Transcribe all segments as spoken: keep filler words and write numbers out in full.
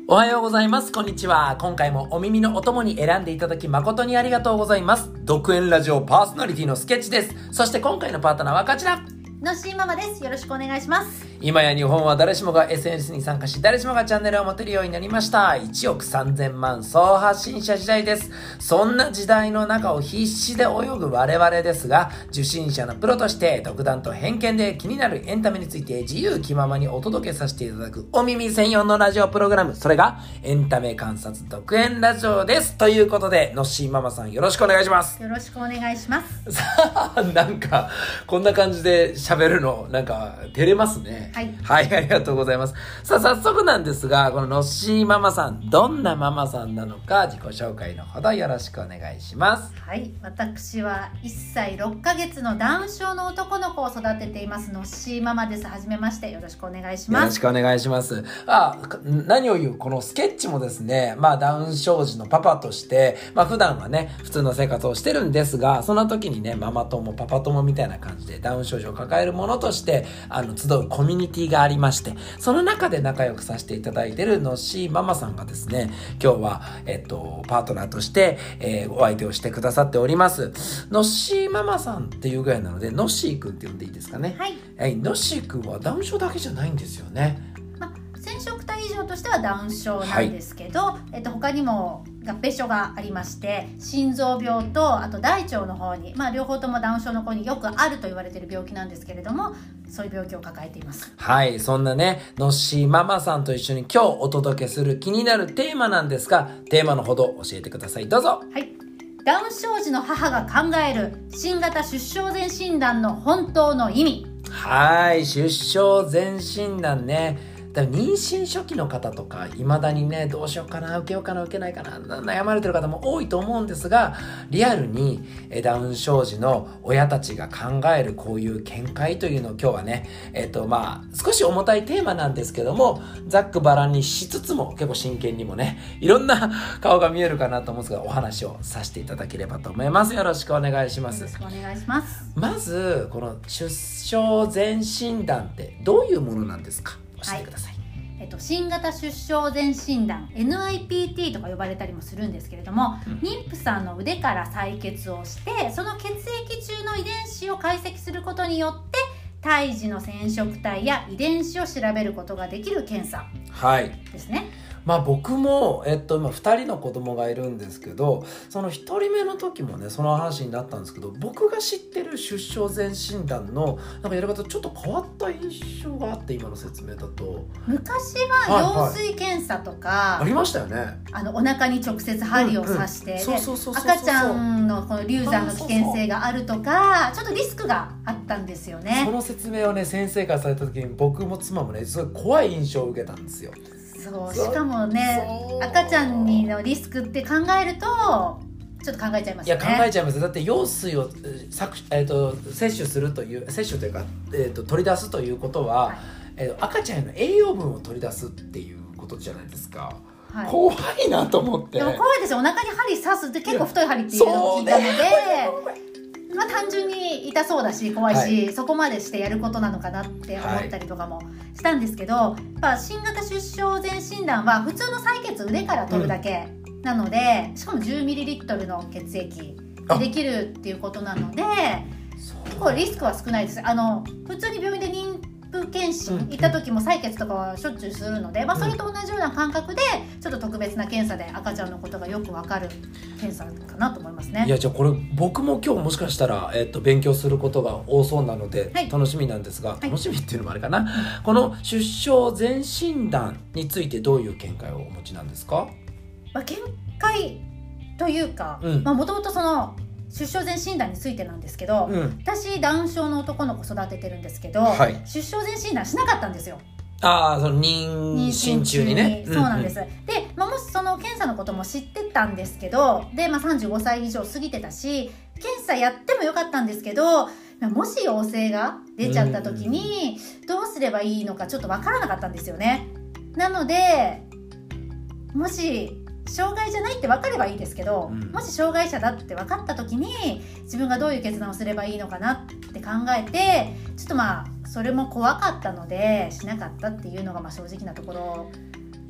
おはようございます。こんにちは。今回もお耳のお供に選んでいただき誠にありがとうございます。独演ラジオパーソナリティのスケッチです。そして今回のパートナーはこちら。 のっしーママです。よろしくお願いします。 今や日本は誰しもが エスエヌエス に参加し、誰しもがチャンネルを持てるようになりました。いちおくさんぜんまん総発信者時代です。そんな時代の中を必死で泳ぐ我々ですが、受信者のプロとして独断と偏見で気になるエンタメについて自由気ままにお届けさせていただくお耳専用のラジオプログラム、それがエンタメ観察独演ラジオです。ということで、のっしーママさんよろしくお願いします。 よろしくお願いします。 さあ、なんかこんな感じで喋るのなんか照れますね。 はい、 はい、ありがとうございます。さあ、早速なんですが、こののっしーママさん、どんなママさんなのか自己紹介のほどよろしくお願いします。 はい、私はいっさいろっかげつのダウン症の男の子を育てていますのっしーママです。はじめまして、よろしくお願いします。 よろしくお願いします。あ、何を言うこのスケッチもですね、まあダウン症児のパパとして、まあ普段はね普通の生活をしてるんですが、その時にねママ友パパ友みたいな感じでダウン症状を抱えるものとしてあの集うコミュニティがありまして、その中で仲良くさせていただいているのっしーママさんがですね、今日はえっとパートナーとして、えー、お相手をしてくださっております。のっしーママさんっていうぐらいなので、のっしーくんって呼んでいいですかね。 はい、 はい、のっしーくんはダウン症だけじゃないんですよね。 まあ、染色体異常としてはダウン症なんですけど、はい、えっと、他にも合併症がありまして、心臓病とあと大腸の方に、まあ、両方ともダウン症の子によくあると言われている病気なんですけれども、そういう病気を抱えています。 はい、そんなねのっしーママさんと一緒に今日お届けする気になるテーマなんですが、テーマのほど教えてください。どうぞ。 はい、ダウン症児の母が考える新型出生前診断の本当の意味。 はい、出生前診断ね。だから妊娠初期の方とかいまだにね、どうしようかな、受けようかな、受けないかな、悩まれてる方も多いと思うんですが、リアルにダウン症児の親たちが考えるこういう見解というのを今日はね、えっとまあ少し重たいテーマなんですけども、ざっくばらんにしつつも結構真剣にもね、いろんな顔が見えるかなと思うんですが、お話をさせていただければと思います。よろしくお願いします。 よろしくお願いします。 まずこの出生前診断ってどういうものなんですか、教えてください。はい、 えっと、新型出生前診断 エヌアイピーティー とか呼ばれたりもするんですけれども、うん、妊婦さんの腕から採血をして、その血液中の遺伝子を解析することによって胎児の染色体や遺伝子を調べることができる検査ですね。はい、 まあ僕も、えっと、今ふたりの子供がいるんですけど、そのひとりめの時もねその話になったんですけど、僕が知ってる出生前診断のなんかやり方ちょっと変わった印象があって、今の説明だと昔は羊水検査とか、はいはい、 ありましたよね。 あのお腹に直接針を刺して赤ちゃんのこの流産の危険性があるとか、ちょっとリスクがあったんですよね。 その説明をね先生からされた時に僕も妻もねすごい怖い印象を受けたんですよ。 そうしかもね、赤ちゃんにのリスクって考えるとちょっと考えちゃいますよね。 いや考えちゃいます。だって羊水を、えー、と摂取するという摂取というか、えー、と取り出すということは、はい、えー、赤ちゃんへの栄養分を取り出すっていうことじゃないですか。はい、怖いなと思って。 でも怖いですよ。お腹に針刺すって結構太い針っていうのを聞いたので、まあ、単純に痛そうだし怖いし、はい、そこまでしてやることなのかなって思ったりとかもしたんですけど、はい、やっぱ新型出生前診断は普通の採血腕から取るだけなので、うん、しかも じゅうミリリットル の血液でできるっていうことなので、結構リスクは少ないです。あの普通に病院で妊婦検診行った時も採血とかはしょっちゅうするので、まあ、それと同じような感覚でちょっと特別な検査で赤ちゃんのことがよく分かる検査かなと思いますね。 いやじゃあこれ僕も今日もしかしたら、えっと、勉強することが多そうなので、はい、楽しみなんですが、はい、楽しみっていうのもあれかな、はい、この出生前診断についてどういう見解をお持ちなんですか。 まあ、見解というか、もともとその出生前診断についてなんですけど、うん、私ダウン症の男の子育ててるんですけど、はい、出生前診断しなかったんですよ。 ああ、その妊娠中にね。 そうなんです。うんうん、で、まあ、もしその検査のことも知ってたんですけど、で、まあ、さんじゅうごさい以上過ぎてたし、検査やってもよかったんですけど、もし陽性が出ちゃった時にどうすればいいのかちょっと分からなかったんですよね。なので、もし障害じゃないって分かればいいですけど、うん、もし障害者だって分かった時に自分がどういう決断をすればいいのかなって考えて、ちょっとまあそれも怖かったのでしなかったっていうのがまあ正直なところ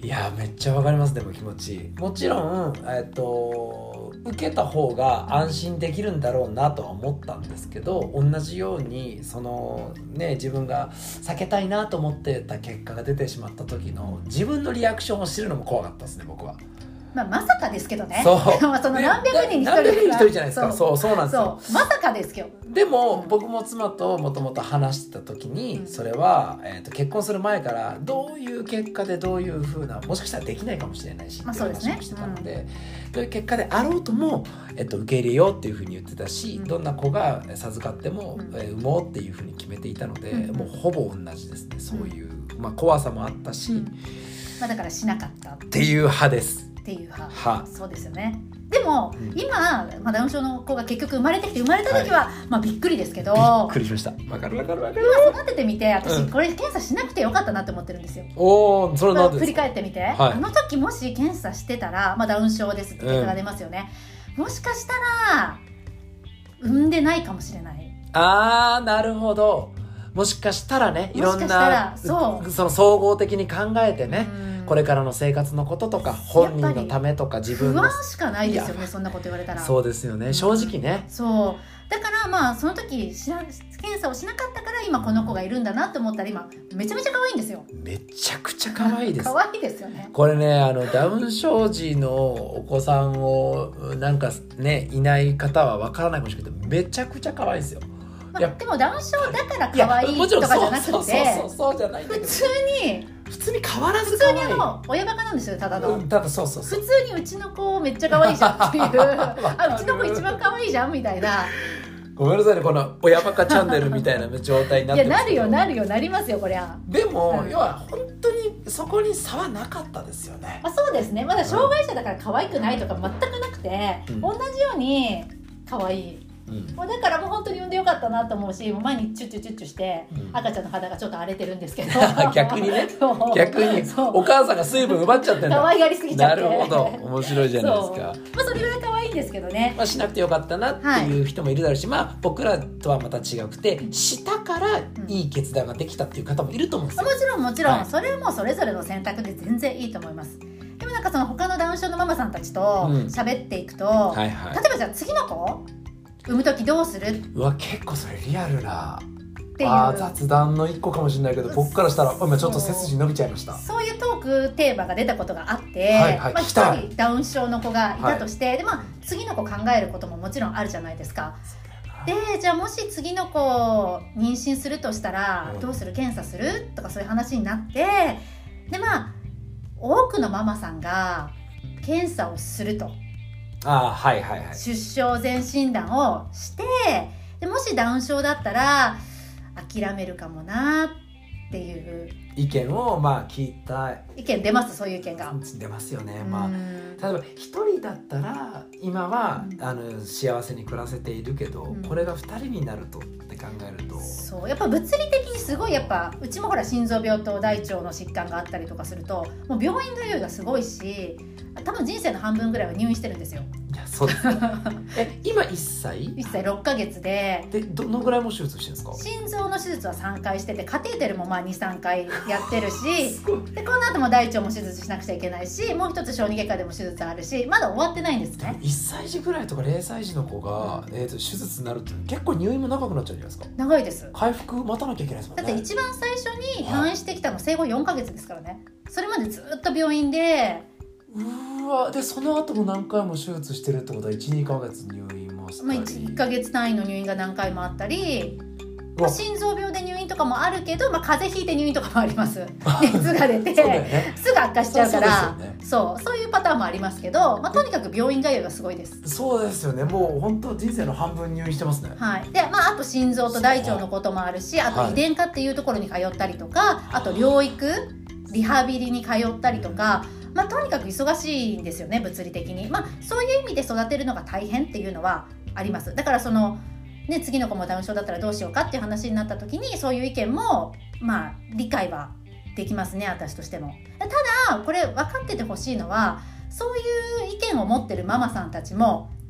いやめっちゃわかります。でも気持ちもちろん、えっと、受けた方が安心できるんだろうなとは思ったんですけど、同じようにその、ね、自分が避けたいなと思ってた結果が出てしまった時の自分のリアクションを知るのも怖かったですね、僕は。 まあ、まさかですけどね。 そうその何百人に一人何百人に一人じゃないですか。そうそうなんですよ。 そうまさかですよ。 でも、うん、僕も妻ともともと話してた時に、うん、それは、えーと、結婚する前からどういう結果でどういう風な、もしかしたらできないかもしれないし、 まあそうですね、 っていう話をしてたので、うん、どういう結果であろうとも、えーと、受け入れようっていう風に言ってたし、うん、どんな子が授かっても、うん、えー、産もうっていう風に決めていたので、うん、もうほぼ同じですね。そういう、まあ、怖さもあったし、うん、 まあ、だからしなかったっていう派です。 っていう派。そうですよね。でも、うん、今、まあ、ダウン症の子が結局生まれてきて生まれた時は、はい、まあ、びっくりですけど、びっくりしました。わかるわかるわかる。 今育ててみて、私、うん、これ検査しなくてよかったなって思ってるんですよ。 おー、それなんですか？ 振り返ってみて、はい、あの時もし検査してたら、まあ、ダウン症ですって結果が出ますよね、うん、もしかしたら産んでないかもしれない。 あー、なるほど。もしかしたらね、いろんなそう、その総合的に考えてね、うん、これからの生活のこととか本人のためとか自分の不安しかないですよね。そんなこと言われたら。 そうですよね、正直ね、 うん、そうだからまあその時しな検査をしなかったから今この子がいるんだなって思ったら今めちゃめちゃ可愛いんですよ。 めちゃくちゃ可愛いです可愛いですよね。 これね、あのダウン症児のお子さんをなんかねいない方は分からないかもしれないけど、めちゃくちゃ可愛いですよ。 まあ、でもダウン症だから可愛いとかじゃなくて、普通に普通に変わらず可愛い。 普通にあの親バカなんですよ、ただの、 うん、ただそうそうそう、 普通にうちの子めっちゃ可愛いじゃんっていうあ、うちの子一番可愛いじゃんみたいな。 ごめんなさいね、この親バカチャンネルみたいな状態になってるんですけど。いや、 なるよなるよなりますよこりゃ。 でも、うん、要は本当にそこに差はなかったですよね。 あ、そうですね。まだ障害者だから可愛くないとか全くなくて、うん、同じように可愛い。うん、もうだからもう本当に産んでよかったなと思うし、もう毎日チュッチュチュッチュして、うん、赤ちゃんの肌がちょっと荒れてるんですけど逆にね逆にお母さんが水分奪っちゃってんだ。 可愛がりすぎちゃって。 なるほど、面白いじゃないですか。 そう、まあ、それぐらい可愛いんですけどね、 まあ、しなくてよかったなっていう人もいるだろうし、はい、まあ僕らとはまた違くて、したからいい決断ができたっていう方もいると思うんですよ。 もちろんもちろん、はい、それはもうそれぞれの選択で全然いいと思います。でもなんかその他のダウン症のママさんたちと喋っていくと、うん、はいはい、例えばじゃあ次の子産む時どうする？ うわ、結構それリアルなあ雑談の一個かもしれないけど、僕からしたら今ちょっと背筋伸びちゃいました。 そういうトークテーマが出たことがあって、はいはい、まあ、ひとりダウン症の子がいたとして、はい、でまあ、次の子考えることももちろんあるじゃないですか。でじゃあもし次の子を妊娠するとしたら、うん、どうする？検査する？とかそういう話になって、でまあ多くのママさんが検査をすると。 あ、はいはいはい、 出生前診断をして、でもしダウン症だったら諦めるかもなっていう意見をまあ聞いた。 意見出ます？そういう意見が出ますよね。まあ、例えば一人だったら今は、うん、あの幸せに暮らせているけど、うん、これが二人になるとって考えると、 そうやっぱ物理的にすごい、やっぱうちもほら心臓病と大腸の疾患があったりとかすると、もう病院通いがすごいし、多分人生の半分ぐらいは入院してるんですよ。 いや、そうですねえ、今いっさいいっさいろっかげつで、 でどのぐらいも手術してるんですか？ 心臓の手術はさんかいしてて、カテーテルもまあ にさんかいやってるしでこの後も大腸も手術しなくちゃいけないし、もう一つ小児外科でも手術あるし、まだ終わってないんですね。 いっさいじぐらいとかれいさいじの子が、うん、えー、と手術になるって結構入院も長くなっちゃうんじゃないですか？ 長いです。 回復待たなきゃいけないですもんね。 だって一番最初に退院してきたの生後よんかげつですからね。それまでずっと病院で、 うわ、でその後も何回も手術してるってことは いち,に ヶ月入院もしたり、 まあ、いっかげつ単位の入院が何回もあったり、まあ、心臓病で入院とかもあるけど、まあ、風邪ひいて入院とかもあります熱が出て、ね、すぐ悪化しちゃうから、 そう, そう, ね、そうそういうパターンもありますけど、まあ、とにかく病院通いがすごいです。 そうですよね。もう本当人生の半分入院してますね。 はい。で、まあ、あと心臓と大腸のこともあるし、あと遺伝科っていうところに通ったりとか、はい、あと療育リハビリに通ったりとか、まあ、とにかく忙しいんですよね、物理的に。まあ、そういう意味で育てるのが大変っていうのはあります。だからその、ね、次の子もダウン症だったらどうしようかっていう話になった時に、そういう意見も、まあ、理解はできますね、私としても。ただこれ分かっててほしいのは、そういう意見を持ってるママさんたちも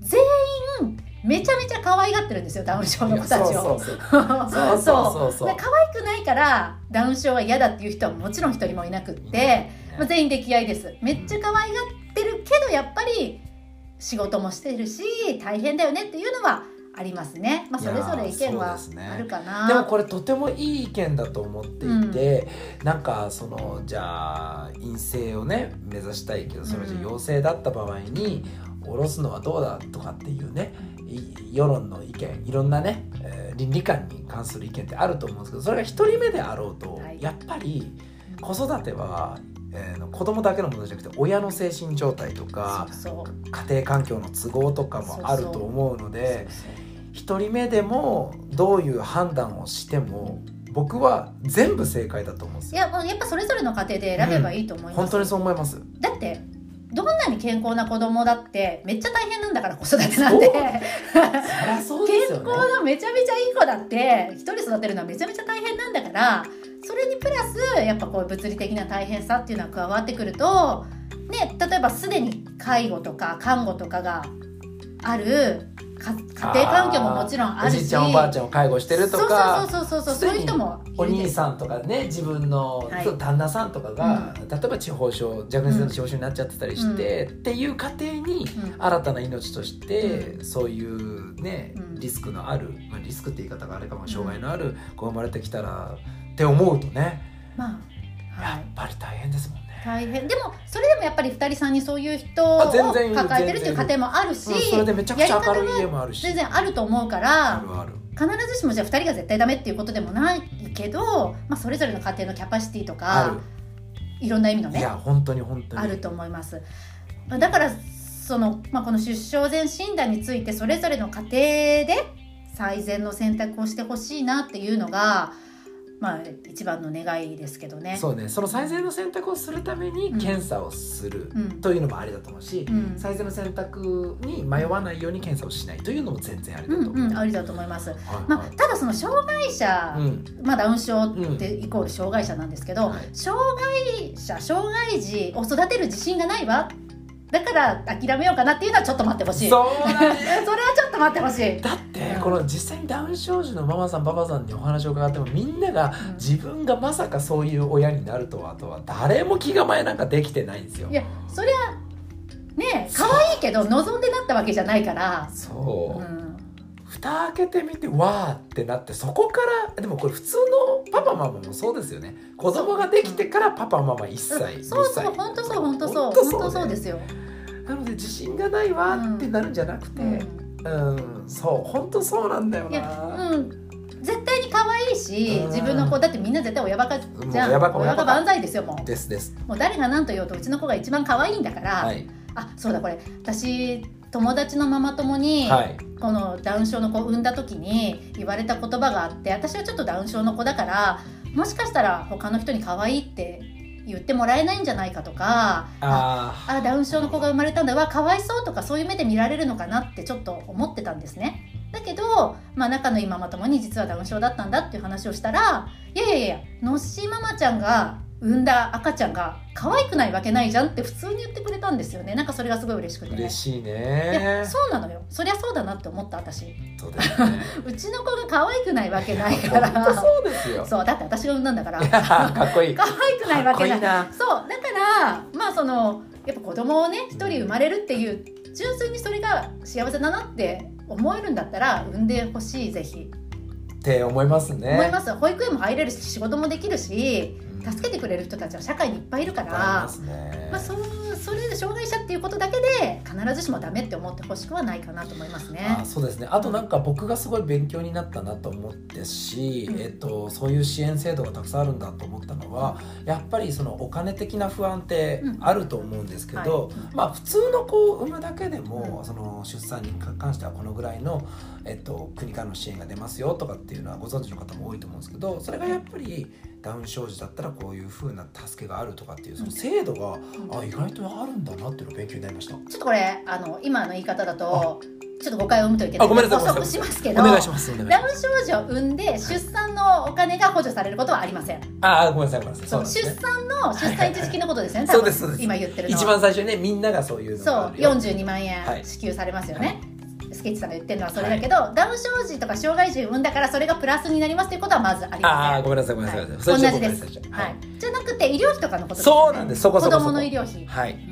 全員めちゃめちゃ可愛がってるんですよ、ダウン症の子たちを。 そうそうそうそうそうそう可愛くないからダウン症が嫌だっていう人はもちろん一人もいなくって、まあ、全員溺愛です。めっちゃ可愛がってるけどやっぱり仕事もしてるし大変だよねっていうのはありますね。まあ、それぞれ意見はあるかな。 で, ね、でもこれとてもいい意見だと思っていて、うん、なんかそのじゃあ陰性をね目指したいけどそれじゃ陽性だった場合に下ろすのはどうだとかっていうね世論の意見いろんなね、えー、倫理観に関する意見ってあると思うんですけど、それが一人目であろうと、はい、やっぱり子育てはえー、子供だけのものじゃなくて親の精神状態とかそうそう家庭環境の都合とかもあると思うので、一人目でもどういう判断をしても僕は全部正解だと思うんですよ。 いや、もうやっぱそれぞれの家庭で選べばいいと思います、うん、 本当にそう思います。 だってどんなに健康な子供だってめっちゃ大変なんだから、子育てなんて。 そりゃそうですよね。 健康のめちゃめちゃいい子だって一人育てるのはめちゃめちゃ大変なんだから、それにプラスやっぱこう物理的な大変さっていうのが加わってくると、ね、例えばすでに介護とか看護とかがある家庭環境ももちろんあるし、 おじいちゃんおばあちゃんを介護してるとか、 そうそうそうそうそう、そういう人もいる。 お兄さんとかね、自分の、はい、旦那さんとかが、うん、例えば地方症若年性の地方症になっちゃってたりして、うん、っていう家庭に新たな命として、うん、そういうね、うん、リスクのある、まあ、リスクって言い方があれかも、障害のある子が生まれてきたらって思うとね、まあはい、やっぱり大変ですもんね。 大変。でもそれでもやっぱりふたりさんにそういう人を抱えてるっていう家庭もあるし、 うん、それでめちゃくちゃ明るい家もあるし、 全然あると思うから、 あるある。 必ずしもじゃあふたりが絶対ダメっていうことでもないけど、まあ、それぞれの家庭のキャパシティとかいろんな意味のね、 いや本当に本当にあると思います。だからその、まあ、この出生前診断についてそれぞれの家庭で最善の選択をしてほしいなっていうのが、まあ、一番の願いですけどね。 そうね、その最善の選択をするために検査をする、うん、というのもありだと思うし、うん、最善の選択に迷わないように検査をしないというのも全然ありだと思う、 うんうん、ありだと思います、はいはい。まあ、ただその障害者、うん、まあ、ダウン症ってイコール障害者なんですけど、うん、はい、障害者障害児を育てる自信がないわ、だから諦めようかなっていうのはちょっと待ってほしい。 そうだねそれはちょっと待ってほしい。 だって、うん、この実際にダウン症児のママさんパパさんにお話を伺っても、みんなが自分がまさかそういう親になるとはとは誰も気構えなんかできてないんですよ。 いや、そりゃね、可愛いけど望んでなったわけじゃないから。 そう、うん、蓋開けてみてわーってなって、そこから。でもこれ普通のパパママもそうですよね。子供ができてからパパママいっさい、うん、 そうそう、本当そう本当そう本当そうですよ。 なので自信がないわってなるんじゃなくて、うん、うん、そう本当そうなんだよな。いや、うん、 絶対に可愛いし、自分の子だってみんな絶対親バカじゃん。 親バカ親バカ万歳ですよ。もうですです。 もう誰が何と言おうとうちの子が一番可愛いんだから、はい、あ、そうだ、これ私友達のママ友に、はい、このダウン症の子を産んだ時に言われた言葉があって、私はちょっとダウン症の子だからもしかしたら他の人に可愛いって言ってもらえないんじゃないかとか、ああダウン症の子が生まれたんだ、わかわいそうとか、そういう目で見られるのかなってちょっと思ってたんですね。だけど、まあ、仲のいいママ友に実はダウン症だったんだっていう話をしたら、いやいやいや、のっしーママちゃんが産んだ赤ちゃんが可愛くないわけないじゃんって普通に言ってくれたんですよね。なんかそれがすごい嬉しくて、ね、 嬉しいね。 そうなのよ。そりゃそうだなって思った私。 そうだよねうちの子が可愛くないわけないから本当そうですよ。 そうだって私が産んだんだからかっこいい。 可愛くないわけない。 かっこいいな。 そうだからまあそのやっぱ子供をね一人生まれるっていう純粋にそれが幸せだなって思えるんだったら産んでほしい、ぜひって思いますね。 思います。保育園も入れるし仕事もできるし、助けてくれる人たちは社会にいっぱいいるから、まあ、そ, それで障害者っていうことだけで必ずしもダメって思ってほしくはないかなと思いますね。 あ、そうですね。あとなんか僕がすごい勉強になったなと思ってし、うん、えっと、そういう支援制度がたくさんあるんだと思ったのは、やっぱりそのお金的な不安ってあると思うんですけど、うんはい、まあ、普通の子を産むだけでも、うん、その出産に関してはこのぐらいの、えっと、国からの支援が出ますよとかっていうのはご存知の方も多いと思うんですけど、それがやっぱりダウン症児だったらこういう風な助けがあるとかっていうその制度が、うん、あ、意外とあるんだなっていうのを勉強になりました。ちょっとこれあの今の言い方だとちょっと誤解を生むといけないので補足しますけど、 お願いします。ダウン症児を産んで出産のお金が補助されることはありません。 ああ、ごめんなさいごめんなさい。 そう、出産の出産一時金のことですよね。 そうですそうです。 今言ってるのは一番最初にね、みんながそういうのがあるよ。そう、よんじゅうにまんえん支給されますよね、はいはい。 ケッチさんが言ってるのはそれだけど、はい、ダウン症児とか障害児を産んだからそれがプラスになりますということはまずありません。 ああごめんなさいごめんなさい、はい、 同じです、はい、じゃなくて医療費とかのことですよね。 そうなんです、そこそこそこ子供の医療費、 はい、 うん、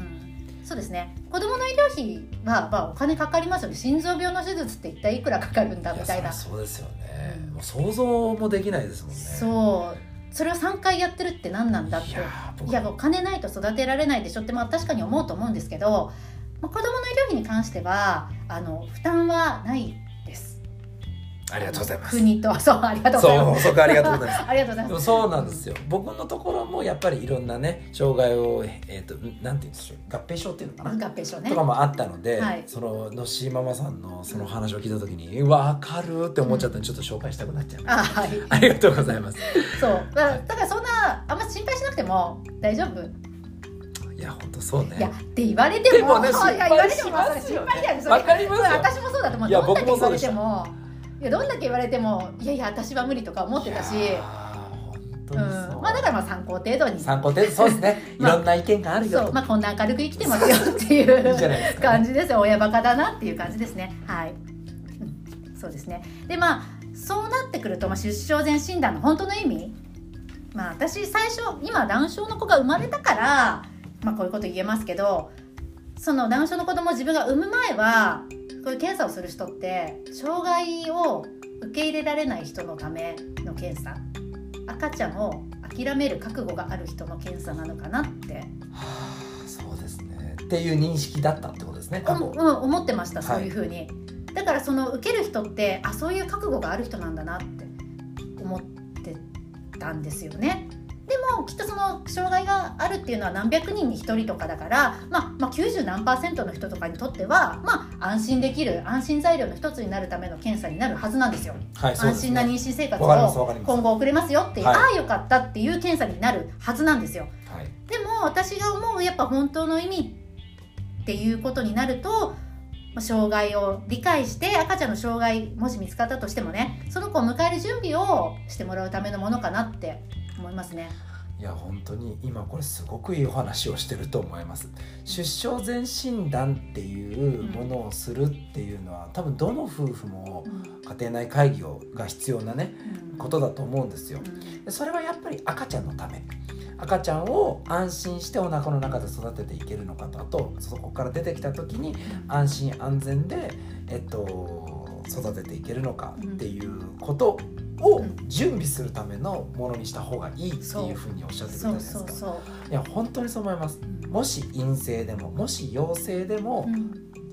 そうですね。子供の医療費は、まあ、お金かかりますよね。心臓病の手術って一体いくらかかるんだみたいな。いやそうですよね、うん、もう想像もできないですもんね。 そうそれをさんかいやってるって何なんだって。いやいやお金ないと育てられないでしょって、まあ、確かに思うと思うんですけど、まあ、子どもの医療費に関してはあの負担はないです。 ありがとうございます。 国とそうありがとうございます。 そうそありがとうございますありがとうございます。 でもそうなんですよ、僕のところもやっぱりいろんなね障害を、えー、となんていうんでしょう、合併症っていうのかな、 合併症ねとかもあったので、 はい、 そののっしーママさんのその話を聞いた時に分かるって思っちゃったので、ちょっと紹介したくなっちゃいました、うん、あ、はい、ありがとうございます。 そうだから、だからそんなあんま心配しなくても大丈夫。 いや本当そうね。 いやって言われても、 でもね心配しますよね。 わかりますよ。 私もそうだと思う。 いやどんだけ言われて僕もも、いやどんだけ言われてもいやいや私は無理とか思ってたし、 本当にそう、 うん、まあだからまあ参考程度に。 参考程度そうですね。いろんな意見があるよと。 そう、まあこんな明るく生きてますよっていう感じですよ。親バカだなっていう感じですね。はい。うん、そうですね。でまあそうなってくると、まあ、出生前診断の本当の意味、まあ私最初今ダウン症の子が生まれたから。まあ、こういうこと言えますけど、そのダウン症の子供を自分が産む前はこういう検査をする人って障害を受け入れられない人のための検査、赤ちゃんを諦める覚悟がある人の検査なのかなって、はあ、そうですねっていう認識だったってことですね。 うん、思ってました。そういうふうに、はい、だからその受ける人ってあそういう覚悟がある人なんだなって思ってたんですよね。でもきっとその障害があるっていうのは何百人にひとりとかだから、まあ、まあきゅうじゅう何パーセントの人とかにとっては、まあ、安心できる安心材料の一つになるための検査になるはずなんですよ、 はいそうですね、 安心な妊娠生活を今後送れますよっていう、はい、ああよかったっていう検査になるはずなんですよ、はい、でも私が思うやっぱ本当の意味っていうことになると、障害を理解して赤ちゃんの障害もし見つかったとしてもね、その子を迎える準備をしてもらうためのものかなって思いますね。 いや本当に今これすごくいいお話をしてると思います。出生前診断っていうものをするっていうのは、多分どの夫婦も家庭内会議をが必要なね、うん、ことだと思うんですよ。それはやっぱり赤ちゃんのため、赤ちゃんを安心してお腹の中で育てていけるのかと、あとそこから出てきた時に安心安全で、えっと、育てていけるのかっていうことを準備するためのものにした方がいいっていうふうにおっしゃってくれたじゃないですか。そうそうそう、いや本当にそう思います。もし陰性でももし陽性でも、うん、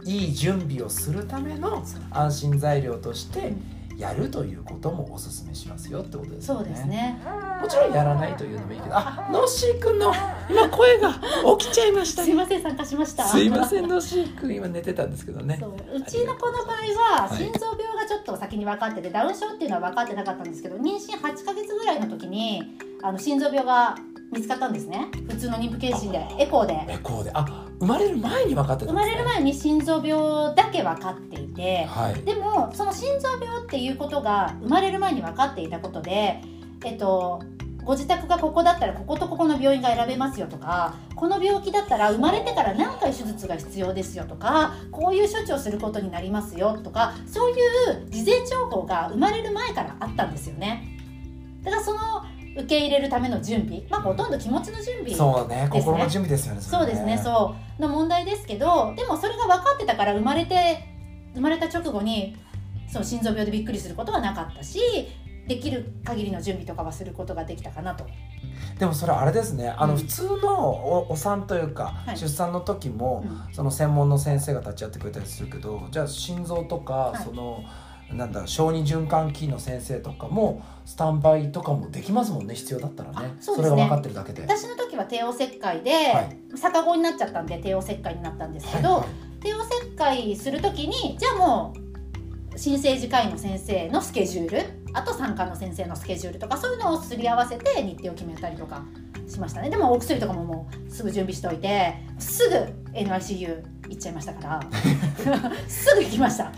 いい準備をするための安心材料としてやるということもお勧めしますよってことですね。 そうですね。 もちろんやらないというのもいいけど、あ、のっしーくんの今声が起きちゃいました、ね、 すいません参加しました。 すいませんのっしーくん今寝てたんですけどね。 そう、うちの子の場合は心臓病がちょっと先に分かってて、ダウン症っていうのは分かってなかったんですけど、妊娠はちかげつぐらいの時にあの心臓病が見つかったんですね。普通の妊婦検診でエコーでエコーで、あ、生まれる前に分かってたんですね。生まれる前に心臓病だけ分かっていて、 はい、 でもその心臓病っていうことが生まれる前に分かっていたことで、えっとご自宅がここだったらこことここの病院が選べますよとか、この病気だったら生まれてから何回手術が必要ですよとか、こういう処置をすることになりますよとか、そういう事前情報が生まれる前からあったんですよね。だからその受け入れるための準備、まあほとんど気持ちの準備ですね。 そうね、心の準備ですよね。 そうですね、そうの問題ですけど、でもそれが分かってたから生まれて生まれた直後にそう心臓病でびっくりすることはなかったし、できる限りの準備とかはすることができたかなと。 でもそれあれですね、あの普通の お, お産というか、はい、出産の時も、うん、その専門の先生が立ち会ってくれたりするけど、じゃあ心臓とか、はい、そのなんだ小児循環器の先生とかもスタンバイとかもできますもんね、必要だったらね。そ, ねそれが分かってるだけで。 私の時は帝王切開で、はい、逆子になっちゃったんで帝王切開になったんですけど、はいはい、帝王切開する時にじゃあもう新生児科医の先生のスケジュール、あと産科の先生のスケジュールとか、そういうのをすり合わせて日程を決めたりとかしましたね。でもお薬とかももうすぐ準備しておいて、すぐ エヌアイシーユー 行っちゃいましたからすぐ行きました。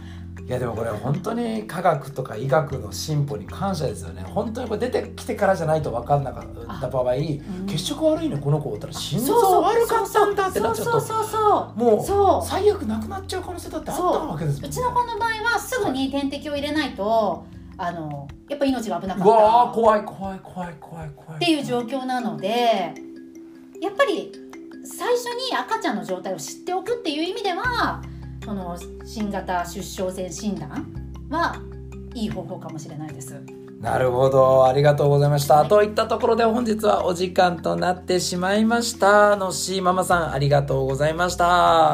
いやでもこれ本当に科学とか医学の進歩に感謝ですよね。本当にこれ出てきてからじゃないと分かんなかった場合、うん、血色悪いねこの子だったら心臓悪かったんだってなっちゃうと、 そうそうそうもうそう最悪なくなっちゃう可能性だってあったわけですもんね。 うちの子の場合はすぐに点滴を入れないと、あのやっぱ命が危なかった。 うわー怖い怖い怖い怖い怖いっていう状況なので、やっぱり最初に赤ちゃんの状態を知っておくっていう意味では、この新型出生前診断はいい方法かもしれないです。 なるほど、ありがとうございました、はい、といったところで本日はお時間となってしまいました。のっしーママさんありがとうございました。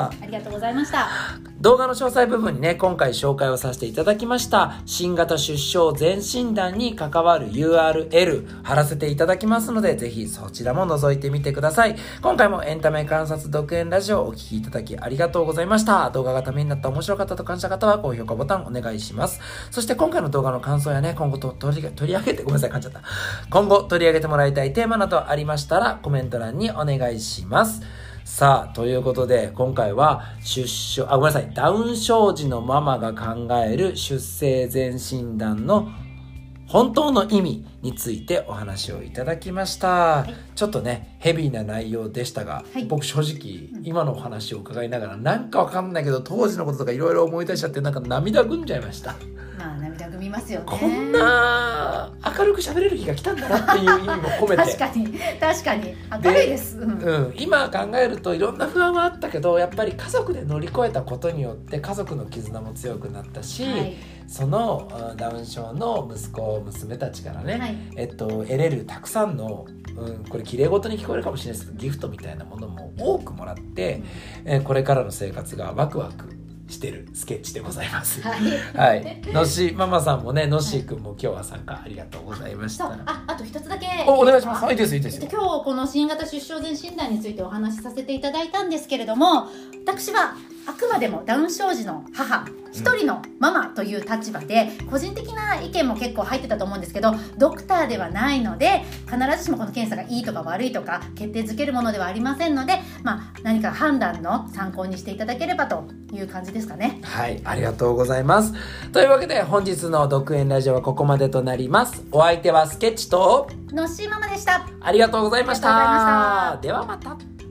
ありがとうございました。 動画の詳細部分にね、今回紹介をさせていただきました新型出生前診断に関わる ユーアールエル 貼らせていただきますので、ぜひそちらも覗いてみてください。今回もエンタメ観察独演ラジオをお聞きいただきありがとうございました。動画がためになった、面白かったと感じた方は高評価ボタンお願いします。そして今回の動画の感想やね、今後と取り、取り上げてごめんなさい噛んじゃった今後取り上げてもらいたいテーマなどありましたらコメント欄にお願いします。さあということで今回は出生あごめんなさいダウン症児のママが考える出生前診断の本当の意味についてお話をいただきました、はい、ちょっとねヘビーな内容でしたが、はい、僕正直今のお話を伺いながらなんかわかんないけど当時のこととかいろいろ思い出しちゃってなんか涙ぐんじゃいました。 まあ涙ぐみますよね。 こんな明るく喋れる日が来たんだなっていう意味も込めて確かに確かに明るいです、うんうん、今考えるといろんな不安はあったけどやっぱり家族で乗り越えたことによって家族の絆も強くなったし、はい、そのダウン症の息子娘たちからね、はいえっと、得れるたくさんの、うん、これ綺麗事に聞こえるかもしれないですけどギフトみたいなものも多くもらって、うんえー、これからの生活がワクワクしてるスケッチでございます。はい、はい、のっしーママさんもね、のっしーくんも今日は参加ありがとうございました。 あ、あ、あと一つだけお、お願いします。はい、いいですいいです。 今日この新型出生前診断についてお話しさせていただいたんですけれども、私はあくまでもダウン症児の母一人のママという立場で、うん、個人的な意見も結構入ってたと思うんですけど、ドクターではないので必ずしもこの検査がいいとか悪いとか決定づけるものではありませんので、まあ、何か判断の参考にしていただければという感じですかね。 はい、ありがとうございます。というわけで本日の独演ラジオはここまでとなります。お相手はスケッチとのっしーママでした。 ありがとうございました。 ありがとうございました。 ではまた。